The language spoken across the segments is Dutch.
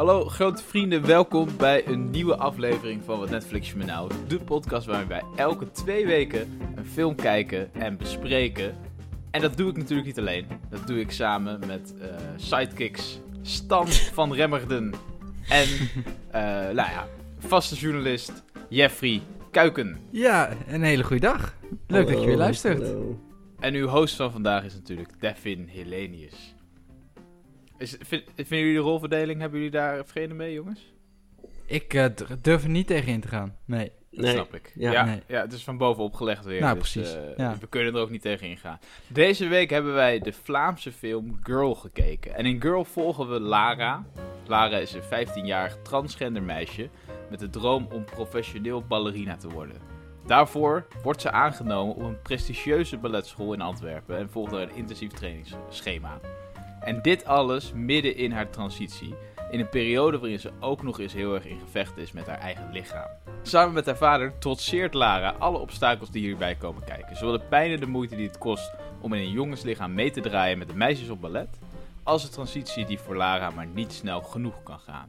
Hallo grote vrienden, welkom bij een nieuwe aflevering van Wat Netflix me nou. De podcast waarin wij elke 2 weken een film kijken en bespreken. En dat doe ik natuurlijk niet alleen. Dat doe ik samen met sidekicks Stan van Remmerden en vaste journalist Jeffrey Kuiken. Ja, een hele goede dag. Leuk dat je weer luistert. Hallo. En uw host van vandaag is natuurlijk Devin Hellenius. Vinden jullie de rolverdeling, hebben jullie daar vrede mee, jongens? Ik durf er niet tegen in te gaan. Nee. Dat snap ik. Ja. Nee. Het is van bovenop gelegd weer. Nou, dus, precies. Ja. We kunnen er ook niet tegen ingaan. Deze week hebben wij de Vlaamse film Girl gekeken. En in Girl volgen we Lara. Lara is een 15-jarig transgender meisje met de droom om professioneel ballerina te worden. Daarvoor wordt ze aangenomen op een prestigieuze balletschool in Antwerpen en volgt er een intensief trainingsschema. En dit alles midden in haar transitie, in een periode waarin ze ook nog eens heel erg in gevecht is met haar eigen lichaam. Samen met haar vader trotseert Lara alle obstakels die hierbij komen kijken. Zowel de pijn en de moeite die het kost om in een jongenslichaam mee te draaien met de meisjes op ballet, als de transitie die voor Lara maar niet snel genoeg kan gaan.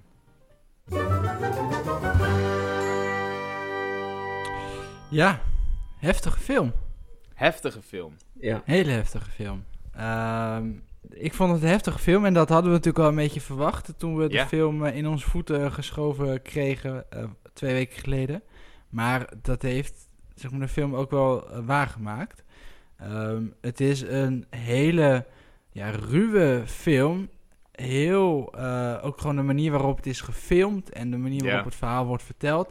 Ja, heftige film. Heftige film. Ja. Hele heftige film. Ik vond het een heftige film en dat hadden we natuurlijk wel een beetje verwacht toen we de Ja. film in onze voeten geschoven kregen 2 weken geleden. Maar dat heeft de film ook wel waargemaakt. Het is een hele ruwe film. Heel, ook gewoon de manier waarop het is gefilmd en de manier waarop het verhaal wordt verteld.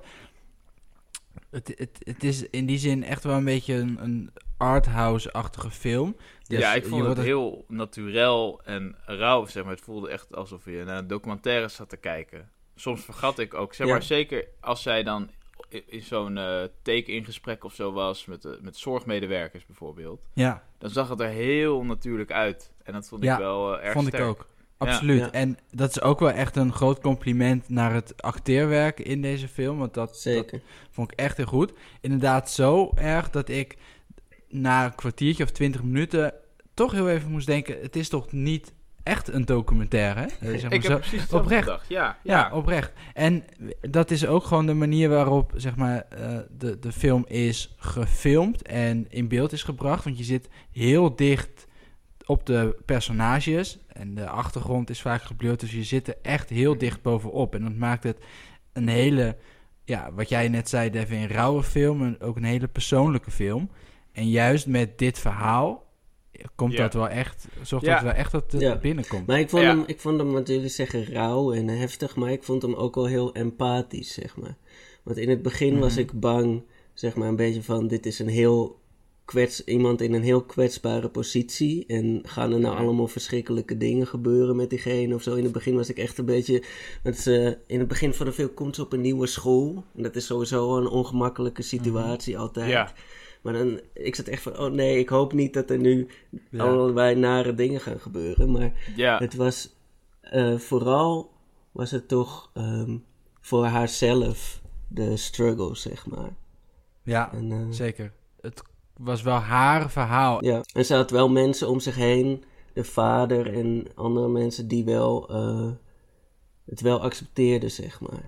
Het is in die zin echt wel een beetje een arthouse-achtige film. Dus ja, ik vond het heel naturel en rauw, zeg maar. Het voelde echt alsof je naar een documentaire zat te kijken. Soms vergat ik ook, zeg maar, zeker als zij dan in zo'n take-in-gesprek of zo was, met zorgmedewerkers bijvoorbeeld. Ja. Dan zag het er heel natuurlijk uit. En dat vond ik wel erg vond sterk. Ik ook. Absoluut. Ja. En dat is ook wel echt een groot compliment naar het acteerwerk in deze film. Want dat vond ik echt heel goed. Inderdaad zo erg dat ik na een kwartiertje of 20 minuten toch heel even moest denken, het is toch niet echt een documentaire? Zeg maar Ik zo. heb precies hetzelfde Oprecht. gedacht. Ja. Ja, oprecht. En dat is ook gewoon de manier waarop, zeg maar, de film is gefilmd en in beeld is gebracht. Want je zit heel dicht op de personages en de achtergrond is vaak geblurred, dus je zit er echt heel dicht bovenop. En dat maakt het een hele, wat jij net zei, Devin, een rauwe film en ook een hele persoonlijke film. En juist met dit verhaal komt dat wel echt, zorgt dat wel echt dat het binnenkomt. Maar ik vond hem, wat jullie zeggen, rauw en heftig, maar ik vond hem ook wel heel empathisch, zeg maar. Want in het begin was ik bang, zeg maar, een beetje van, dit is iemand in een heel kwetsbare positie en gaan er nou allemaal verschrikkelijke dingen gebeuren met diegene of zo. In het begin was ik echt een beetje, in het begin van de film komt ze op een nieuwe school en dat is sowieso een ongemakkelijke situatie altijd. Ja. Maar dan, ik zat echt van, oh nee, ik hoop niet dat er nu allerlei nare dingen gaan gebeuren. Maar het was, vooral was het toch voor haarzelf de struggle, zeg maar. Ja, zeker. Het was wel haar verhaal. Ja, en ze had wel mensen om zich heen, de vader en andere mensen die wel het wel accepteerden, zeg maar.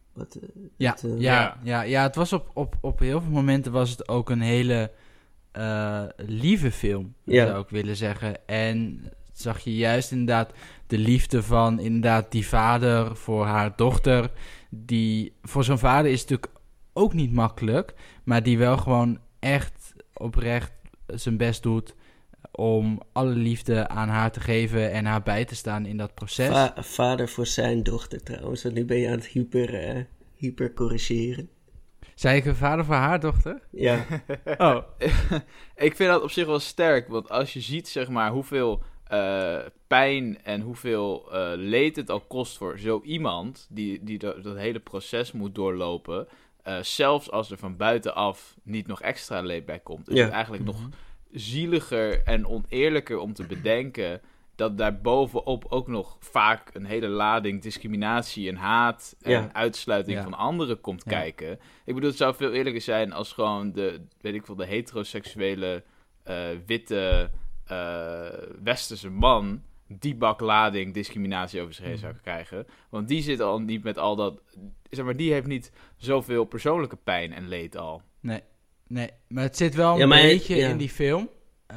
Het was op heel veel momenten was het ook een hele lieve film, zou ik willen zeggen. En zag je juist inderdaad de liefde van inderdaad die vader voor haar dochter. Die voor zo'n vader is het natuurlijk ook niet makkelijk, maar die wel gewoon echt oprecht zijn best doet om alle liefde aan haar te geven en haar bij te staan in dat proces. Vader voor zijn dochter trouwens, want nu ben je aan het hyper corrigeren. Zei ik een vader voor haar dochter? Ja. Oh. Ik vind dat op zich wel sterk, want als je ziet, zeg maar, hoeveel pijn en hoeveel leed het al kost voor zo iemand die dat hele proces moet doorlopen, zelfs als er van buitenaf niet nog extra leed bij komt, is het eigenlijk nog zieliger en oneerlijker om te bedenken dat daar bovenop ook nog vaak een hele lading discriminatie en haat en uitsluiting van anderen komt kijken. Ik bedoel, het zou veel eerlijker zijn als gewoon de heteroseksuele witte westerse man die bak lading discriminatie over zich heen zou krijgen. Want die zit al niet met al dat... Zeg maar, die heeft niet zoveel persoonlijke pijn en leed al. Nee, maar het zit wel een beetje in die film.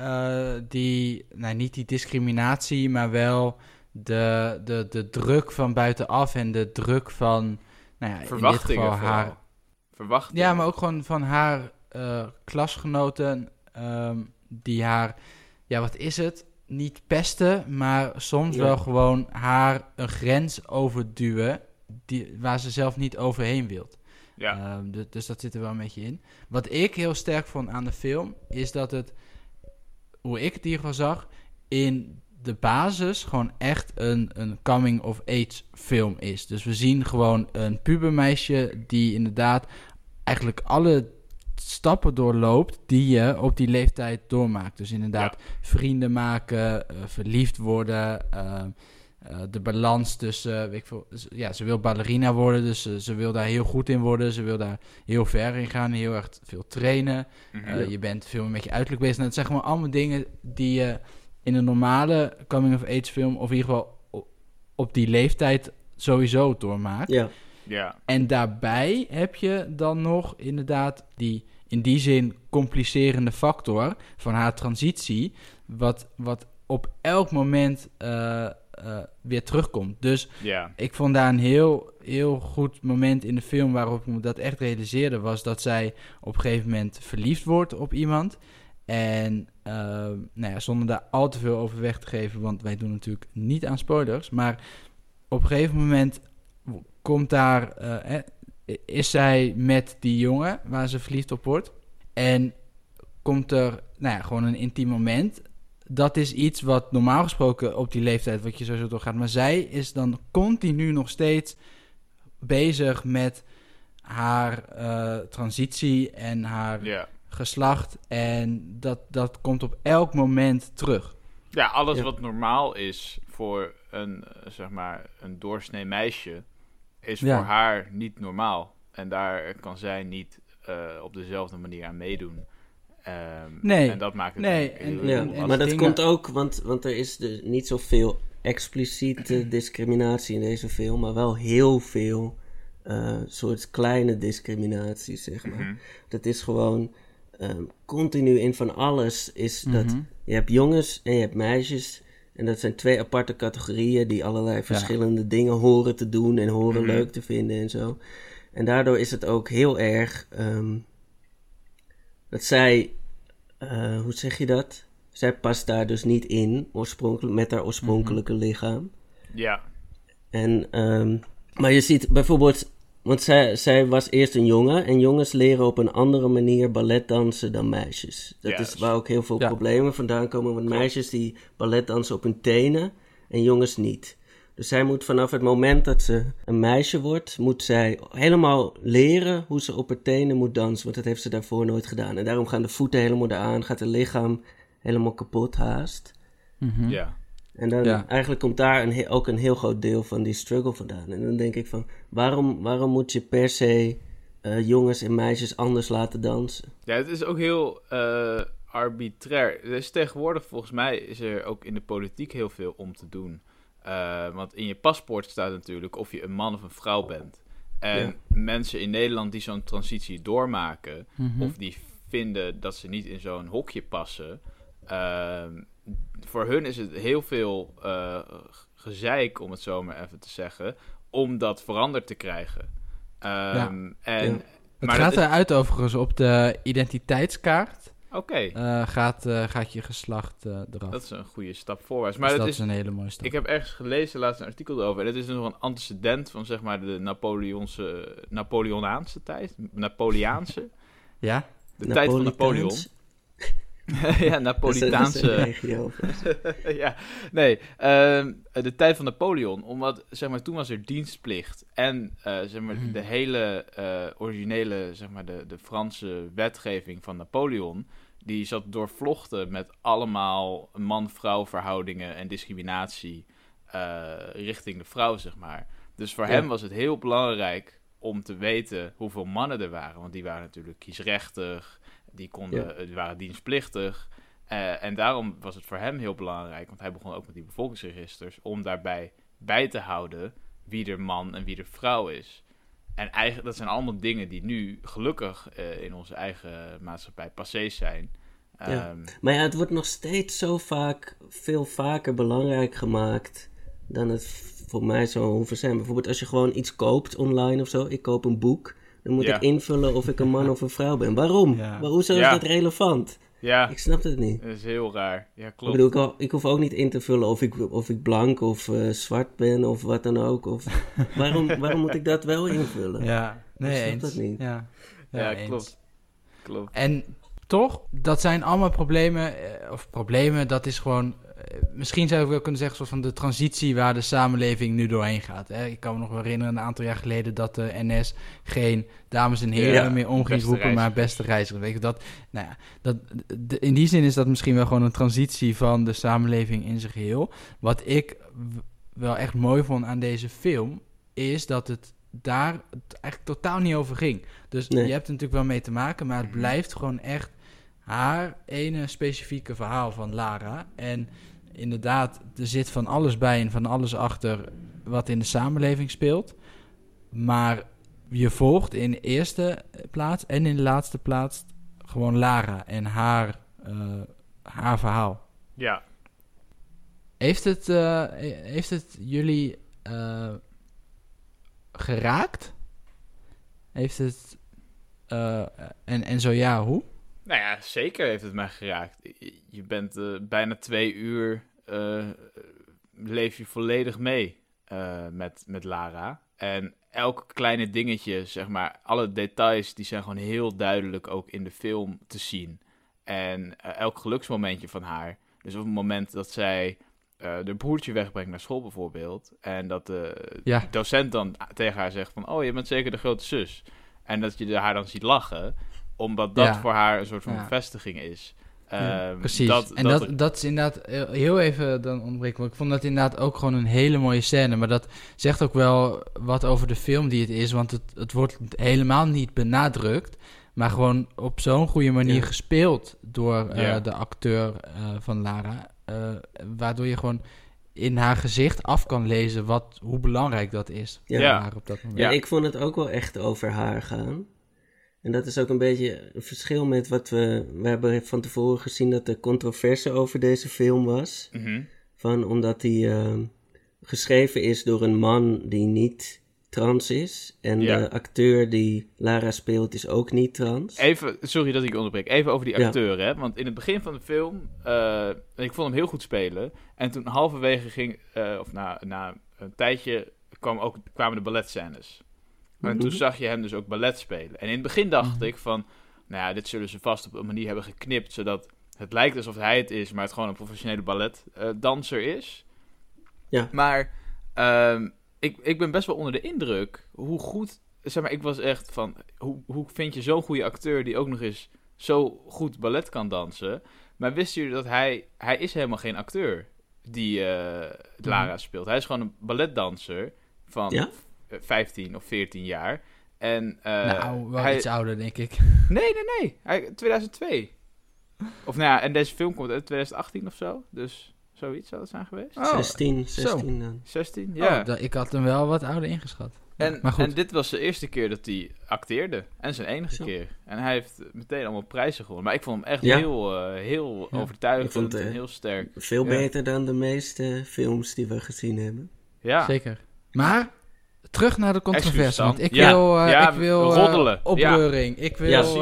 Niet die discriminatie, maar wel de druk van buitenaf en de druk van, in dit geval haar... Verwachtingen. Ja, maar ook gewoon van haar klasgenoten die haar, wat is het? Niet pesten, maar soms wel gewoon haar een grens overduwen waar ze zelf niet overheen wilt. Ja. Dus dat zit er wel een beetje in. Wat ik heel sterk vond aan de film, is dat het, hoe ik het in ieder geval zag, in de basis gewoon echt een coming-of-age film is. Dus we zien gewoon een pubermeisje die inderdaad eigenlijk alle stappen doorloopt die je op die leeftijd doormaakt. Dus inderdaad vrienden maken, verliefd worden, de balans tussen, ze wil ballerina worden, dus ze wil daar heel goed in worden, ze wil daar heel ver in gaan, heel erg veel trainen. Je bent veel meer met je uiterlijk bezig. En dat zijn gewoon allemaal dingen die je in een normale coming-of-age film, of in ieder geval op die leeftijd sowieso doormaakt. Ja. En daarbij heb je dan nog inderdaad die in die zin complicerende factor van haar transitie, wat op elk moment weer terugkomt. Dus ik vond daar een heel, heel goed moment in de film waarop ik me dat echt realiseerde, was dat zij op een gegeven moment verliefd wordt op iemand. En zonder daar al te veel over weg te geven, want wij doen natuurlijk niet aan spoilers, maar op een gegeven moment komt daar, is zij met die jongen waar ze verliefd op wordt. En komt er gewoon een intiem moment. Dat is iets wat normaal gesproken op die leeftijd, wat je sowieso doorgaat. Maar zij is dan continu nog steeds bezig met haar transitie en haar geslacht. En dat komt op elk moment terug. Ja, alles wat normaal is voor een doorsnee meisje, is voor haar niet normaal. En daar kan zij niet op dezelfde manier aan meedoen. En dat maakt het maar dat komt ook, want er is dus niet zoveel expliciete discriminatie in deze film, maar wel heel veel soort kleine discriminatie, zeg maar. Dat is gewoon continu in van alles is dat je hebt jongens en je hebt meisjes. En dat zijn twee aparte categorieën die allerlei verschillende dingen horen te doen en horen leuk te vinden en zo. En daardoor is het ook heel erg dat zij, hoe zeg je dat? Zij past daar dus niet in, met haar oorspronkelijke lichaam. Ja. En, maar je ziet bijvoorbeeld, want zij was eerst een jongen en jongens leren op een andere manier balletdansen dan meisjes. Dat is waar ook heel veel problemen vandaan komen, want meisjes die balletdansen op hun tenen en jongens niet. Dus zij moet vanaf het moment dat ze een meisje wordt, moet zij helemaal leren hoe ze op haar tenen moet dansen, want dat heeft ze daarvoor nooit gedaan. En daarom gaan de voeten helemaal eraan, gaat het lichaam helemaal kapot haast. Ja. En dan eigenlijk komt daar ook een heel groot deel van die struggle vandaan. En dan denk ik van, waarom moet je per se jongens en meisjes anders laten dansen? Ja, het is ook heel arbitrair. Dus tegenwoordig volgens mij is er ook in de politiek heel veel om te doen. Want in je paspoort staat natuurlijk of je een man of een vrouw bent. En mensen in Nederland die zo'n transitie doormaken, of die vinden dat ze niet in zo'n hokje passen, voor hun is het heel veel gezeik, om het zo maar even te zeggen, om dat veranderd te krijgen. Het gaat eruit overigens op de identiteitskaart. Oké. Gaat je geslacht eraf. Dat is een goede stap voorwaarts. Maar dus dat is een hele mooie stap. Ik heb ergens gelezen, laatst een artikel erover. En het is nog een antecedent van zeg maar de Napoleonaanse tijd. Napoleaanse. Ja. De tijd van Napoleon. Ja, Napolitaanse. Ja, nee. De tijd van Napoleon. Omdat, zeg maar, toen was er dienstplicht. En, zeg maar, de hele originele, zeg maar, de Franse wetgeving van Napoleon, die zat doorvlochten met allemaal man-vrouw verhoudingen en discriminatie richting de vrouw, zeg maar. Dus voor hem was het heel belangrijk om te weten hoeveel mannen er waren. Want die waren natuurlijk kiesrechtig. Die waren dienstplichtig. En daarom was het voor hem heel belangrijk, want hij begon ook met die bevolkingsregisters, om daarbij bij te houden wie er man en wie er vrouw is. En eigenlijk, dat zijn allemaal dingen die nu gelukkig in onze eigen maatschappij passé zijn. Ja. Maar ja, het wordt nog steeds zo vaak, veel vaker belangrijk gemaakt dan het voor mij zou hoeven zijn. Bijvoorbeeld als je gewoon iets koopt online of zo. Ik koop een boek. Dan moet ik invullen of ik een man of een vrouw ben. Waarom? Ja. Maar hoezo is dat relevant? Ja, Ik snap het niet. dat is heel raar. Ja, klopt. Ik bedoel, ik hoef ook niet in te vullen of ik blank of zwart ben of wat dan ook. Of, waarom moet ik dat wel invullen? Ja, nee, Ik snap eens. dat niet. Ja, klopt. Klopt. En toch, dat zijn allemaal problemen, dat is gewoon, misschien zou ik wel kunnen zeggen, soort van de transitie waar de samenleving nu doorheen gaat. Hè? Ik kan me nog wel herinneren, een aantal jaar geleden, dat de NS geen dames en heren meer om ging roepen, maar beste reizigers. Weet je, nou ja, in die zin is dat misschien wel gewoon een transitie van de samenleving in zijn geheel. Wat ik wel echt mooi vond aan deze film, is dat het daar eigenlijk totaal niet over ging. Dus je hebt er natuurlijk wel mee te maken, maar het blijft gewoon echt haar ene specifieke verhaal van Lara. En inderdaad, er zit van alles bij en van alles achter wat in de samenleving speelt. Maar je volgt in de eerste plaats en in de laatste plaats gewoon Lara en haar verhaal. Ja. Heeft het jullie geraakt? Heeft het... en zo ja, hoe? Nou ja, zeker heeft het mij geraakt. Je bent bijna 2 uur... leef je volledig mee met Lara. En elk kleine dingetje, zeg maar... alle details, die zijn gewoon heel duidelijk ook in de film te zien. En elk geluksmomentje van haar. Dus op het moment dat zij... de broertje wegbrengt naar school bijvoorbeeld. En dat de docent dan tegen haar zegt van... oh, je bent zeker de grote zus. En dat je haar dan ziet lachen. Omdat dat voor haar een soort van bevestiging is. Precies. Dat is inderdaad heel even dan ontbreken. Want ik vond dat inderdaad ook gewoon een hele mooie scène. Maar dat zegt ook wel wat over de film die het is. Want het wordt helemaal niet benadrukt. Maar gewoon op zo'n goede manier gespeeld door de acteur van Lara... waardoor je gewoon in haar gezicht af kan lezen hoe belangrijk dat is voor haar op dat moment. Ja, ik vond het ook wel echt over haar gaan. En dat is ook een beetje een verschil met wat we hebben van tevoren gezien... dat er controverse over deze film was. Mm-hmm. Omdat die geschreven is door een man die niet trans is. En de acteur die Lara speelt is ook niet trans. Even, sorry dat ik onderbreek. Even over die acteur, hè. Want in het begin van de film... ik vond hem heel goed spelen. En toen halverwege ging... of na een tijdje kwamen de balletscènes. En toen zag je hem dus ook ballet spelen. En in het begin dacht ik van... nou ja, dit zullen ze vast op een manier hebben geknipt... zodat het lijkt alsof hij het is... maar het gewoon een professionele balletdanser is. Ja. Maar... Ik ben best wel onder de indruk hoe goed... Zeg maar, ik was echt van... Hoe vind je zo'n goede acteur die ook nog eens zo goed ballet kan dansen? Maar wisten jullie dat hij is helemaal geen acteur die Lara speelt. Hij is gewoon een balletdanser van 15 of 14 jaar. En, wel iets ouder, denk ik. Nee. 2002. Of nou ja, en deze film komt uit 2018 of zo. Dus... zoiets zou het zijn geweest? 16 dan. 16, ja. Ik had hem wel wat ouder ingeschat. Maar goed. En dit was de eerste keer dat hij acteerde. En zijn enige keer. En hij heeft meteen allemaal prijzen gewonnen. Maar ik vond hem echt heel overtuigend en heel sterk. Veel beter dan de meeste films die we gezien hebben. Ja. Zeker. Maar... terug naar de controverse. Want ik wil roddelen. Opreuring. Ik wil...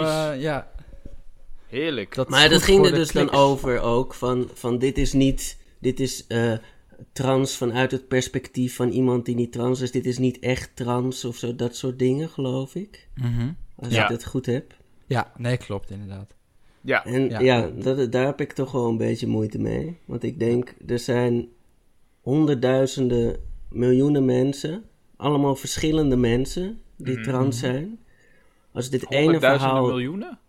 Heerlijk. Maar dat ging er dus dan over ook. Van dit is trans vanuit het perspectief van iemand die niet trans is. Dit is niet echt trans of zo. Dat soort dingen, geloof ik. Mm-hmm. Als ik het goed heb. Ja, nee, klopt inderdaad. Ja. En daar heb ik toch wel een beetje moeite mee. Want ik denk, er zijn honderdduizenden, miljoenen mensen. Allemaal verschillende mensen die trans zijn. Als dit ene verhaal... miljoenen?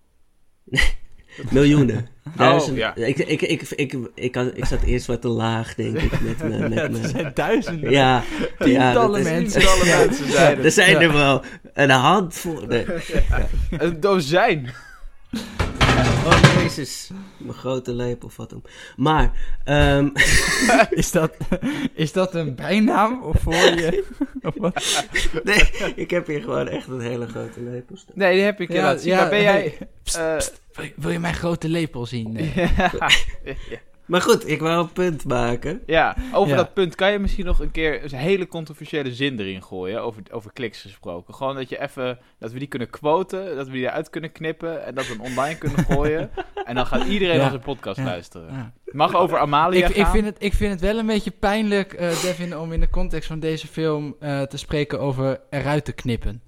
Miljoenen. Duizenden. Ja. Ik zat eerst wat te laag, denk ik. Met er zijn duizenden. Ja. Tientallen mensen. Mensen zijn er zijn er wel een handvol. Een dozijn. Oh, jezus. Mijn grote lepel vat hem. Maar, Is dat een bijnaam of voor je? Of wat? nee, ik heb hier gewoon echt een hele grote lepel staan. Nee, die heb ik laten zien. Maar ben jij... Wil je mijn grote lepel zien? Nee. Maar goed, ik wou een punt maken. Ja, over Ja. dat punt kan je misschien nog een keer een hele controversiële zin erin gooien, over kliks gesproken. Gewoon dat we die kunnen quoten, dat we die eruit kunnen knippen en dat we hem online kunnen gooien. En dan gaat iedereen onze podcast luisteren. Ja. Mag over Amalia gaan. Ik vind het wel een beetje pijnlijk, Devin, om in de context van deze film te spreken over eruit te knippen.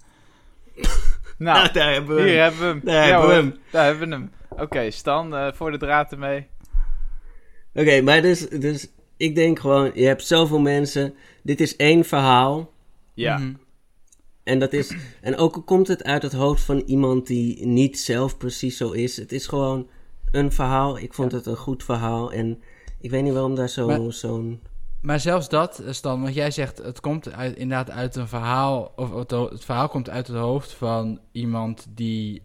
Nou, daar hebben we hier hem. hebben we hem. Daar hebben we hem. Daar hebben we hem. Oké, Stan, voor de draad ermee. Oké, maar dus ik denk gewoon, je hebt zoveel mensen. Dit is één verhaal. Ja. Mhm. En ook al komt het uit het hoofd van iemand die niet zelf precies zo is. Het is gewoon een verhaal. Ik vond het een goed verhaal. En ik weet niet waarom daar zo'n... Maar zelfs dat, Stan, want jij zegt het komt inderdaad uit een verhaal, of het verhaal komt uit het hoofd van iemand die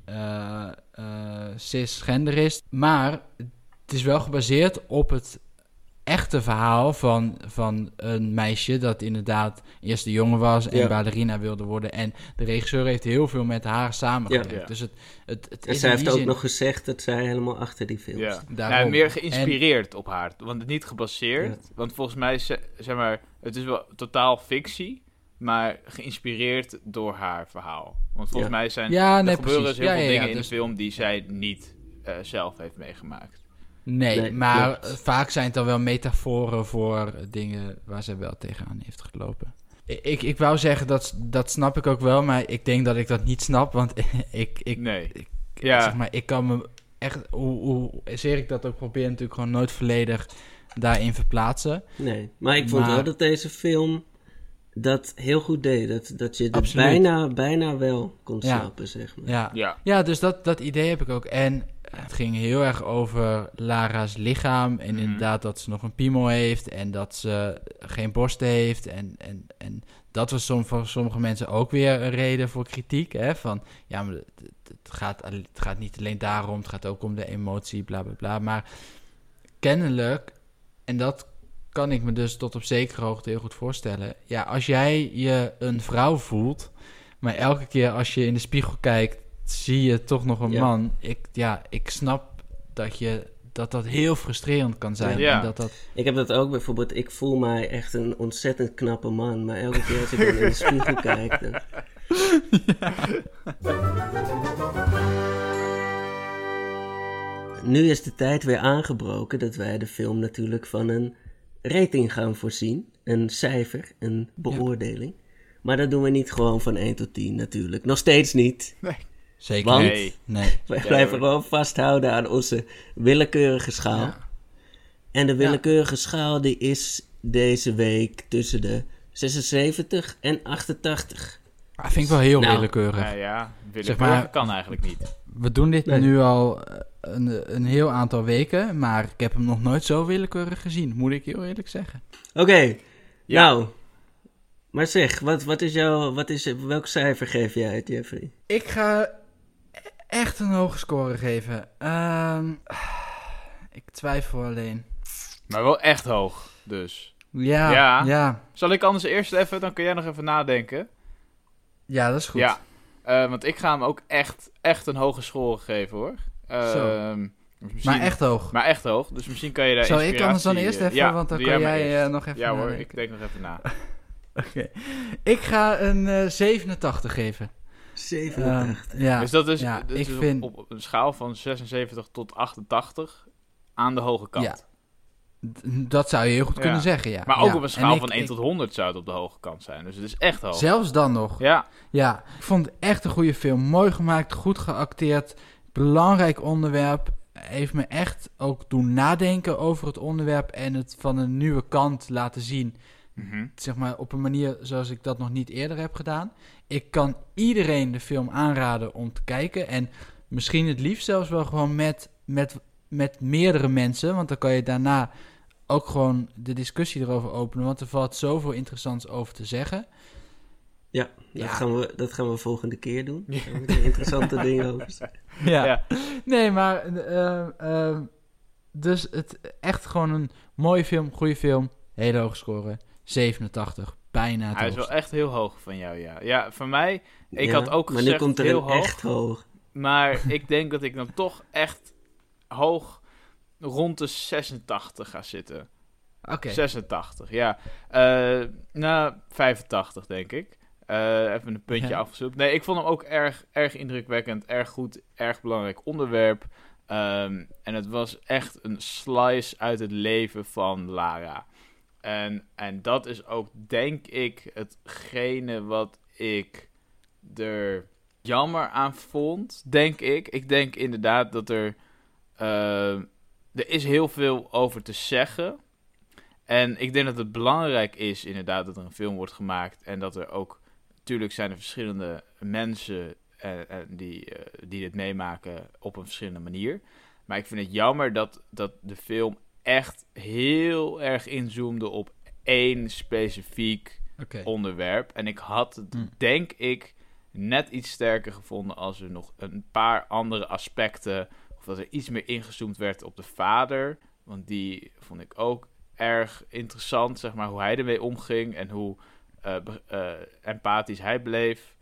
cisgender is. Maar het is wel gebaseerd op het echte verhaal van een meisje dat inderdaad eerst een jongen was en ballerina wilde worden. En de regisseur heeft heel veel met haar samengewerkt. Ja. Dus het En is zij in heeft die ook zin nog gezegd dat zij helemaal achter die film Ja. staat. daarom. Nou, meer geïnspireerd op haar. Want niet gebaseerd. Ja. Want volgens mij, zeg maar, het is wel totaal fictie. Maar geïnspireerd door haar verhaal. Want volgens mij zijn er gebeuren precies. dus heel veel dingen in dus de film die zij niet zelf heeft meegemaakt. Nee, Nee, maar klopt. vaak zijn het dan wel metaforen voor dingen waar ze wel tegenaan heeft gelopen. Ik wou zeggen, dat snap ik ook wel, maar ik denk dat ik dat niet snap, want Nee. Ja. zeg maar, ik kan me echt, hoe zeer ik dat ook probeer, natuurlijk gewoon nooit volledig daarin verplaatsen. Nee, maar ik vond Maar- wel dat deze film dat heel goed deed. Dat je er Absoluut. bijna wel kon Ja. snappen, zeg maar. Ja, Ja. ja dus dat idee heb ik ook. En het ging heel erg over Lara's lichaam. En inderdaad dat ze nog een piemel heeft. En dat ze geen borsten heeft. En dat was voor sommige mensen ook weer een reden voor kritiek. Hè? Van, ja, maar het gaat niet alleen daarom. Het gaat ook om de emotie, bla, bla, bla. Maar kennelijk, en dat kan ik me dus tot op zekere hoogte heel goed voorstellen. Ja, als jij je een vrouw voelt, maar elke keer als je in de spiegel kijkt, zie je toch nog een Ja. man. Ik snap dat heel frustrerend kan zijn. Ja. En dat Ik heb dat ook bijvoorbeeld. Ik voel mij echt een ontzettend knappe man. Maar elke keer als ik dan in de spiegel kijk... Dan... Nu is de tijd weer aangebroken dat wij de film natuurlijk van een rating gaan voorzien. Een cijfer, een beoordeling. Maar dat doen we niet gewoon van 1 tot 10 natuurlijk. Nog steeds niet. zeker Want- niet. Nee. Wij blijven gewoon vasthouden aan onze willekeurige schaal. Ja. En de willekeurige schaal die is deze week tussen de 76 en 88. Maar vind ik wel heel Nou. willekeurig. Nou ja, Zeg willekeurig maar- kan eigenlijk niet. We doen dit Nee. nu al een heel aantal weken, maar ik heb hem nog nooit zo willekeurig gezien, moet ik heel eerlijk zeggen. Oké, Ja. nou. Maar zeg, welk cijfer geef jij het, Jeffrey? Ik ga echt een hoge score geven. Ik twijfel alleen. Maar wel echt hoog, dus. Ja, Ja. ja. Zal ik anders eerst even, dan kun jij nog even nadenken. Ja, dat is goed. Ja, want ik ga hem ook echt een hoge score geven, hoor. Misschien- Maar echt hoog. Maar echt hoog, dus misschien kan je daar Zal ik anders dan inspiratie, eerst even, want dan doe kan maar jij eerst. nog even Ja hoor, nadenken. ik denk nog even na. Oké. Ik ga een 87 geven. 87. Ja, Dus dat is, ja, dat ik is vind... op een schaal van 76 tot 88 aan de hoge kant. Ja. Dat zou je heel goed Ja. kunnen zeggen, ja. Maar ook Ja. op een schaal En van 1 tot 100 zou het op de hoge kant zijn. Dus het is echt hoog. Zelfs dan nog. Ja, Ja, ik vond het echt een goede film. Mooi gemaakt, goed geacteerd. Belangrijk onderwerp. Heeft me echt ook doen nadenken over het onderwerp en het van een nieuwe kant laten zien. mhm. Zeg maar op een manier zoals ik dat nog niet eerder heb gedaan. Ik kan iedereen de film aanraden om te kijken. En misschien het liefst zelfs wel gewoon met meerdere mensen. Want dan kan je daarna ook gewoon de discussie erover openen. Want er valt zoveel interessants over te zeggen. Ja, Ja. dat gaan we volgende keer doen. Daar gaan we er interessante dingen over zeggen. Ja. Nee, maar... dus het echt gewoon een mooie film, goede film. Hele hoge score. 87. Bijna het Hij is wel hoogste. echt heel hoog van jou, ja. Ja, van mij... Ik Ja, had ook maar gezegd nu komt er heel een hoog. echt hoog. Maar ik denk dat ik dan toch echt hoog rond de 86 ga zitten. Oké. 86, ja. 85 denk ik. Even een puntje Ja. afgezocht. Nee, ik vond hem ook erg indrukwekkend, erg goed, erg belangrijk onderwerp. En het was echt een slice uit het leven van Lara. En dat is ook, denk ik, hetgene wat ik er jammer aan vond, denk ik. Ik denk inderdaad dat er is heel veel over te zeggen. En ik denk dat het belangrijk is inderdaad dat er een film wordt gemaakt. En dat er ook, natuurlijk zijn er verschillende mensen die dit meemaken op een verschillende manier. Maar ik vind het jammer dat de film echt heel erg inzoomde op één specifiek Oké. onderwerp. En ik had het, denk ik, net iets sterker gevonden als er nog een paar andere aspecten, of dat er iets meer ingezoomd werd op de vader. Want die vond ik ook erg interessant, zeg maar, hoe hij ermee omging en hoe empathisch hij bleef.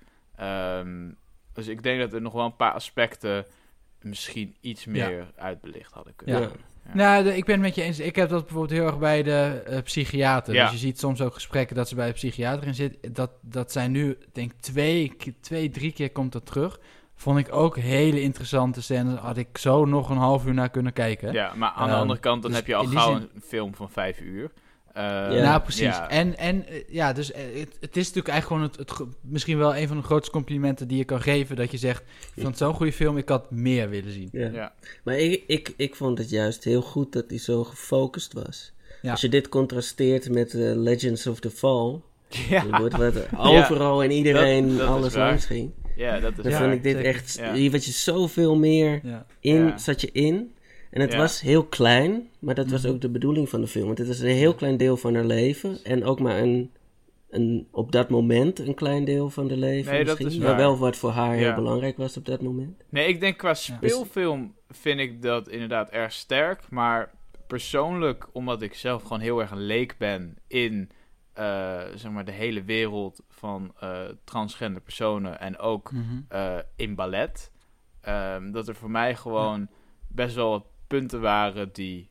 Dus ik denk dat er nog wel een paar aspecten misschien iets meer uitbelicht hadden kunnen Ja. worden. Ja. Nou, ik ben het met je eens. Ik heb dat bijvoorbeeld heel erg bij de psychiater. Ja. Dus je ziet soms ook gesprekken dat ze bij de psychiater in zit. Dat zijn nu, denk ik, 2-3 keer komt dat terug. Vond ik ook hele interessante scènes. Had ik zo nog een half uur naar kunnen kijken. Ja, maar aan de andere kant, dan dus heb je al in die gauw zin- een film van 5 uur. Nou, precies. Ja. Dus het is natuurlijk eigenlijk gewoon misschien wel een van de grootste complimenten die je kan geven. Dat je zegt, ik vond het zo'n goede film, ik had meer willen zien. Ja. Ja. Maar ik vond het juist heel goed dat hij zo gefocust was. Ja. Als je dit contrasteert met Legends of the Fall, Ja. er wordt wat overal en iedereen dat is alles waar. langs ging. Ja, dat is Dan Ja, vond ik dit zeker. echt, Ja. hier wat je zoveel meer Ja. zat je in. En het Ja. was heel klein, maar dat was ook de bedoeling van de film. Want het was een heel klein deel van haar leven. En ook maar op dat moment een klein deel van haar leven Nee, dat misschien. is Maar waar. wel wat voor haar heel Ja. belangrijk was op dat moment. Nee, ik denk qua speelfilm vind ik dat inderdaad erg sterk. Maar persoonlijk, omdat ik zelf gewoon heel erg een leek ben in zeg maar de hele wereld van transgender personen en ook in ballet. Dat er voor mij gewoon best wel wat punten waren die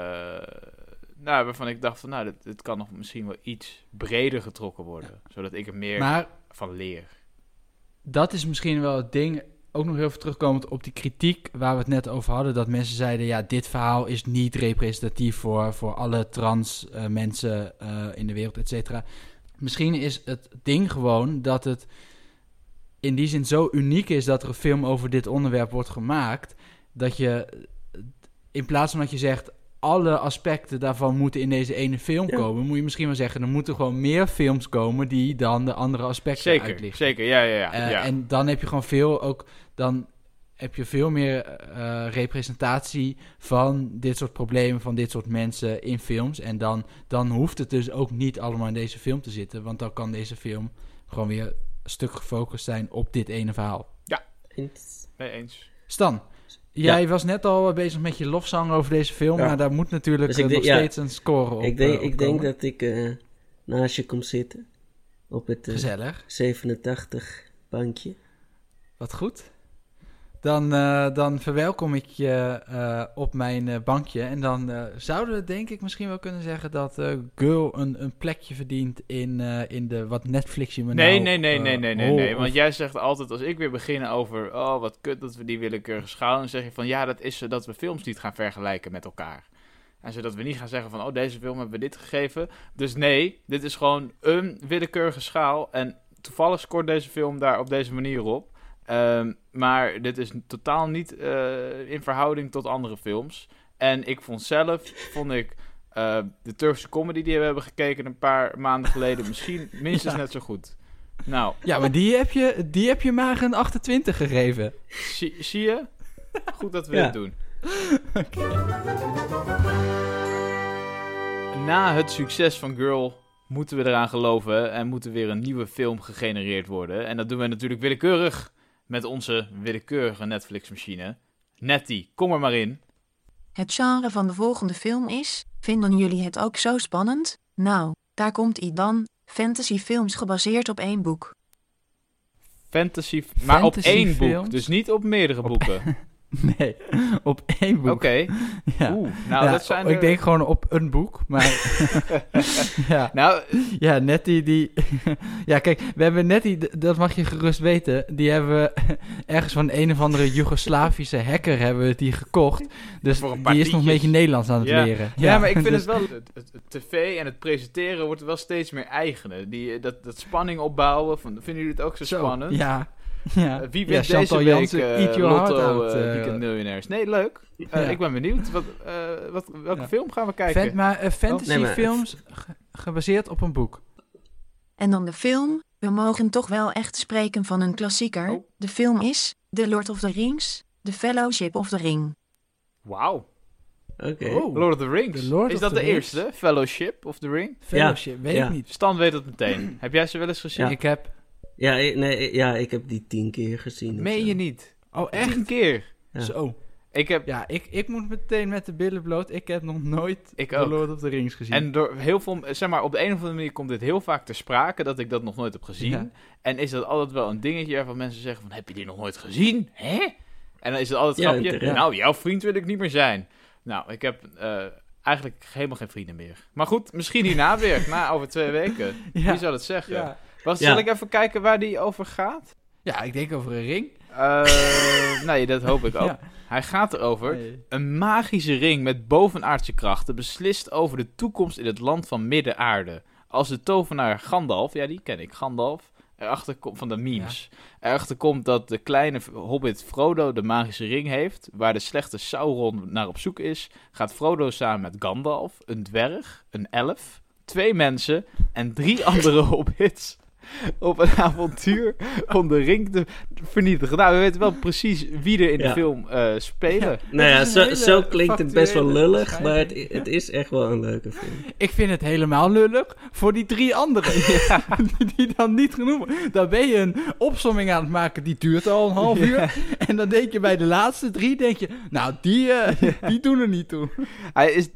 waarvan ik dacht van dit kan nog misschien wel iets breder getrokken worden. Zodat ik er meer Maar van leer. dat is misschien wel het ding, ook nog heel veel terugkomend op die kritiek waar we het net over hadden, dat mensen zeiden, ja, dit verhaal is niet representatief voor alle trans mensen in de wereld, et cetera. Misschien is het ding gewoon dat het in die zin zo uniek is dat er een film over dit onderwerp wordt gemaakt, dat je, in plaats van dat je zegt, alle aspecten daarvan moeten in deze ene film komen, moet je misschien wel zeggen, er moeten gewoon meer films komen die dan de andere aspecten uitlichten. Zeker, ja. En dan heb je gewoon veel meer representatie van dit soort problemen, van dit soort mensen in films. En dan hoeft het dus ook niet allemaal in deze film te zitten, want dan kan deze film gewoon weer een stuk gefocust zijn op dit ene verhaal. Nee, eens. Stan, jij was net al bezig met je lofzang over deze film, maar daar moet natuurlijk Dus nog steeds een score op. Ik denk dat ik naast je kom zitten op het Gezellig. 87 bankje. Wat goed. Dan verwelkom ik je op mijn bankje. En dan zouden we denk ik misschien wel kunnen zeggen dat Girl een plekje verdient in de wat Netflix je me Nee. Want jij zegt altijd, als ik weer begin over, wat kut dat we die willekeurige schaal, dan zeg je van, ja, dat is zodat we films niet gaan vergelijken met elkaar. En zodat we niet gaan zeggen van, deze film hebben we dit gegeven. Dus nee, dit is gewoon een willekeurige schaal. En toevallig scoort deze film daar op deze manier op. Maar dit is totaal niet in verhouding tot andere films. En ik vond de Turkse comedy die we hebben gekeken een paar maanden geleden misschien minstens net zo goed. Nou. Ja, maar die heb je maar een 28 gegeven. Zie je? Goed dat we dit doen. Na het succes van Girl moeten we eraan geloven en moet er weer een nieuwe film gegenereerd worden. En dat doen we natuurlijk willekeurig met onze willekeurige Netflix-machine. Nettie, kom er maar in. Het genre van de volgende film is, vinden jullie het ook zo spannend? Nou, daar komt-ie dan, fantasyfilms gebaseerd op 1 boek. Fantasy, maar op 1 boek, Fantasyfilms? dus niet op meerdere boeken. Nee, op 1 boek. Oké. Ja. Nou, Ja, dat zijn ik denk gewoon op een boek, maar... ja. Nou, Ja, Nettie die... ja, kijk, we hebben Nettie, dat mag je gerust weten, die hebben we ergens van een of andere Joegoslavische hacker hebben we die gekocht. Dus Voor een die paar is nog een tientjes. beetje Nederlands aan het Ja. leren. Ja, maar ik vind dus- het wel... Het tv en het presenteren wordt wel steeds meer eigene. Dat spanning opbouwen, vinden jullie het ook zo spannend? Ja. Wie wint Ja, deze Chantal week Jansen, Eat Your Heart Lotto Out, Weekend Miljonairs? Nee, leuk. Ja. Ik ben benieuwd. Welke Ja. film gaan we kijken? Fantasyfilms gebaseerd op een boek. En dan de film, we mogen toch wel echt spreken van een klassieker. Oh. De film is The Lord of the Rings, The Fellowship of the Ring. Wauw. Oké. Oh. Lord of the Rings. The Lord Is of dat the de Rings. eerste? Fellowship of the Ring? Fellowship, weet ja. ik niet. Stan weet het meteen. Heb jij ze wel eens gezien? Ja. Ik heb... Ja, ik heb die 10 keer gezien. of Meen zo. je niet? Oh, echt? 10 keer. Ja. Zo. Ik heb... Ja, ik moet meteen met de billen bloot. Ik heb nog nooit Ik The ook. Lord of the Rings gezien. En door heel veel, zeg maar, op de een of andere manier komt dit heel vaak ter sprake dat ik dat nog nooit heb gezien. Ja. En is dat altijd wel een dingetje waarvan mensen zeggen van, heb je die nog nooit gezien? Hè? En dan is het altijd Ja, grapje, terecht. nou, jouw vriend wil ik niet meer zijn. Nou, ik heb eigenlijk helemaal geen vrienden meer. Maar goed, misschien hierna weer, over 2 weken. Ja. Wie zal het zeggen? Ja. Zal ik even kijken waar die over gaat? Ja, ik denk over een ring. Nee, dat hoop ik ook. Ja. Hij gaat erover. Nee. Een magische ring met bovenaardse krachten beslist over de toekomst in het land van Midden-aarde. Als de tovenaar Gandalf, ja die ken ik, Gandalf, erachter komt van de memes. Erachter komt dat de kleine hobbit Frodo de magische ring heeft, waar de slechte Sauron naar op zoek is, gaat Frodo samen met Gandalf, een dwerg, een elf, 2 mensen en 3 andere hobbits op een avontuur om de ring te vernietigen. Nou, we weten wel precies wie er in de Ja. film spelen. Nou ja, Het is een hele zo klinkt het best wel factuele lullig, maar beschrijving. het is echt wel een leuke film. Ik vind het helemaal lullig voor die 3 anderen. Die dan niet genoemd worden. Dan ben je een opsomming aan het maken, die duurt al een half uur. En dan denk je bij de laatste 3, denk je, nou, die doen er niet toe. Hij is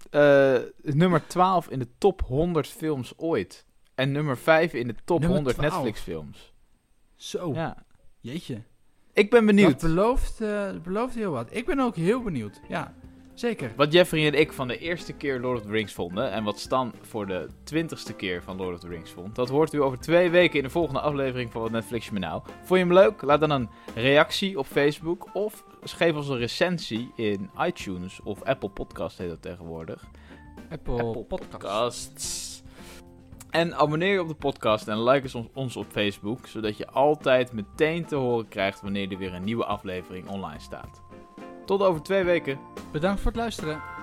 nummer 12 in de top 100 films ooit. En nummer 5 in de top Nummer 100 12. Netflix films. Zo, Ja. jeetje. Ik ben benieuwd Dat belooft heel wat. Ik ben ook heel benieuwd. Ja, zeker. wat Jeffrey en ik van de eerste keer Lord of the Rings vonden. En wat Stan voor de 20ste keer van Lord of the Rings vond. Dat hoort u over 2 weken in de volgende aflevering van Wat Netflix me nou. Vond je hem leuk? Laat dan een reactie op Facebook. Of geef ons een recensie in iTunes of Apple Podcast heet dat tegenwoordig. Apple Podcasts. En abonneer je op de podcast en like ons op Facebook, zodat je altijd meteen te horen krijgt wanneer er weer een nieuwe aflevering online staat. Tot over 2 weken. Bedankt voor het luisteren.